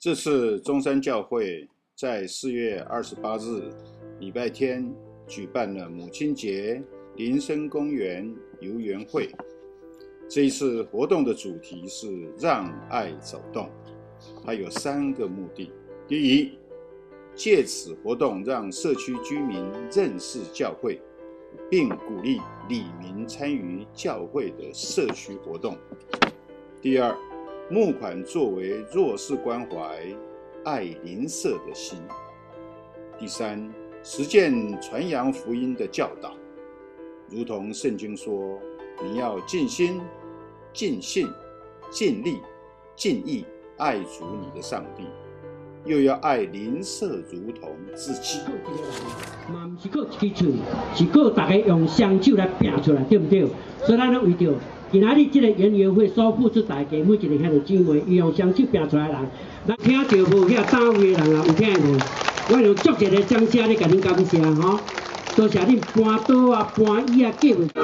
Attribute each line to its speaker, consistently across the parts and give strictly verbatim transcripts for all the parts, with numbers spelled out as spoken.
Speaker 1: 这次中山教会在四月二十八日礼拜天举办了母亲节林森公园游园会。这一次活动的主题是让爱走动，它有三个目的。第一，借此活动让社区居民认识教会，并鼓励里民参与教会的社区活动。第二，募款作为弱势关怀、爱邻舍的心。第三，实践传扬福音的教导，如同圣经说，你要尽心、尽性、尽力、尽意爱主你的上帝，又要爱邻舍如同自己。
Speaker 2: 嘛不是靠一支嘴，是靠大家用双手来拼出来，对不对？所以咱要为着今仔日这个园游会所付出代价，每一个遐个姊妹，伊用双手拼出来的人，咱听到无遐单位的人啊，有听无？我用足热的掌声咧，甲恁感谢吼，多谢恁搬桌啊、搬椅啊，叫袂。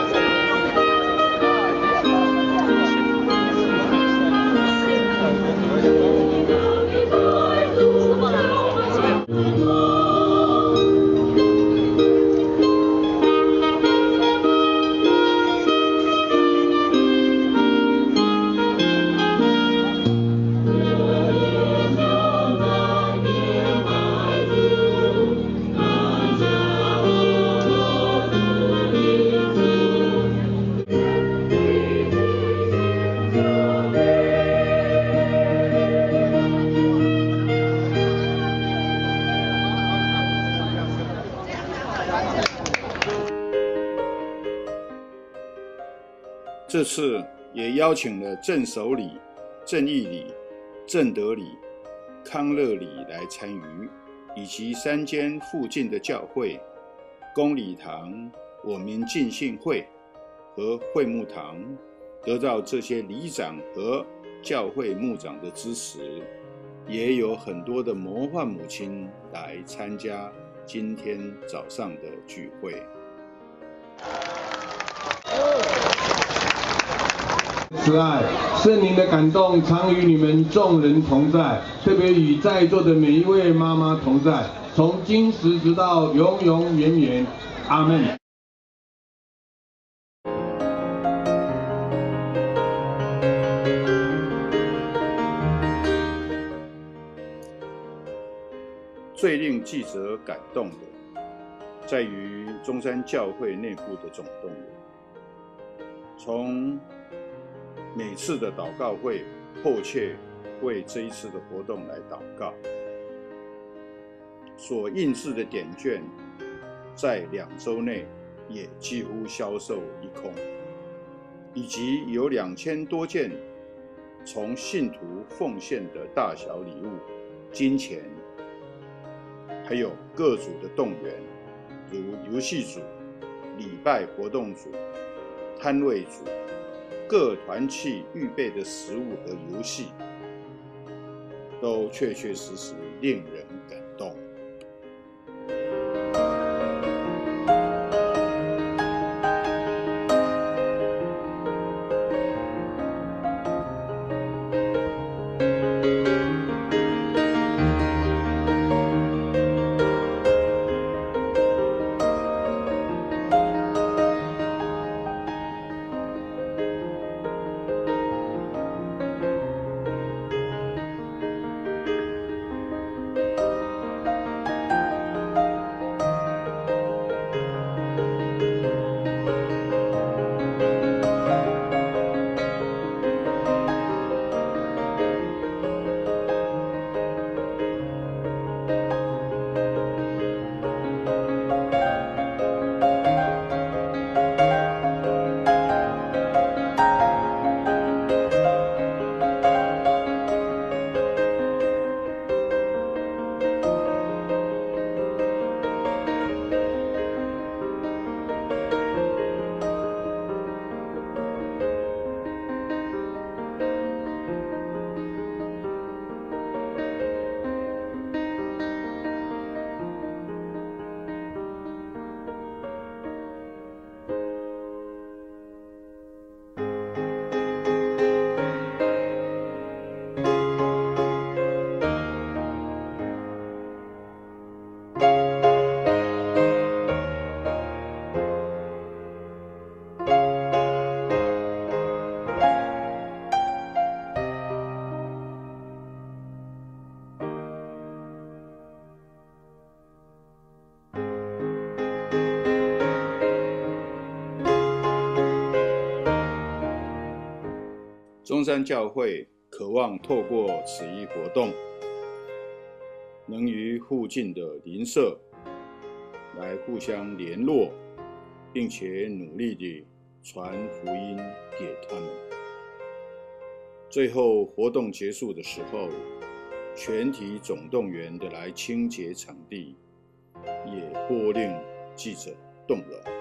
Speaker 1: 这次也邀请了郑守礼、郑义礼、郑德礼、康乐礼来参与，以及三间附近的教会公礼堂、我民浸信会和会幕堂，得到这些里长和教会牧长的支持，也有很多的魔幻母亲来参加今天早上的聚会。
Speaker 3: 慈爱，圣灵的感动常与你们众人同在，特别与在座的每一位妈妈同在，从今时直到永永远远，阿们。
Speaker 1: 最令记者感动的，在于中山教会内部的总动员。从每次的祷告会迫切为这一次的活动来祷告，所印制的点券在两周内也几乎销售一空，以及有两千多件从信徒奉献的大小礼物、金钱，还有各组的动员，如游戏组、礼拜活动组、摊位组，各团契预备的食物和游戏，都确确实实令人感动。 中山教会渴望透过此一活动，能与附近的邻舍来互相联络，并且努力地传福音给他们。最后活动结束的时候，全体总动员的来清洁场地，也拨令记者动了。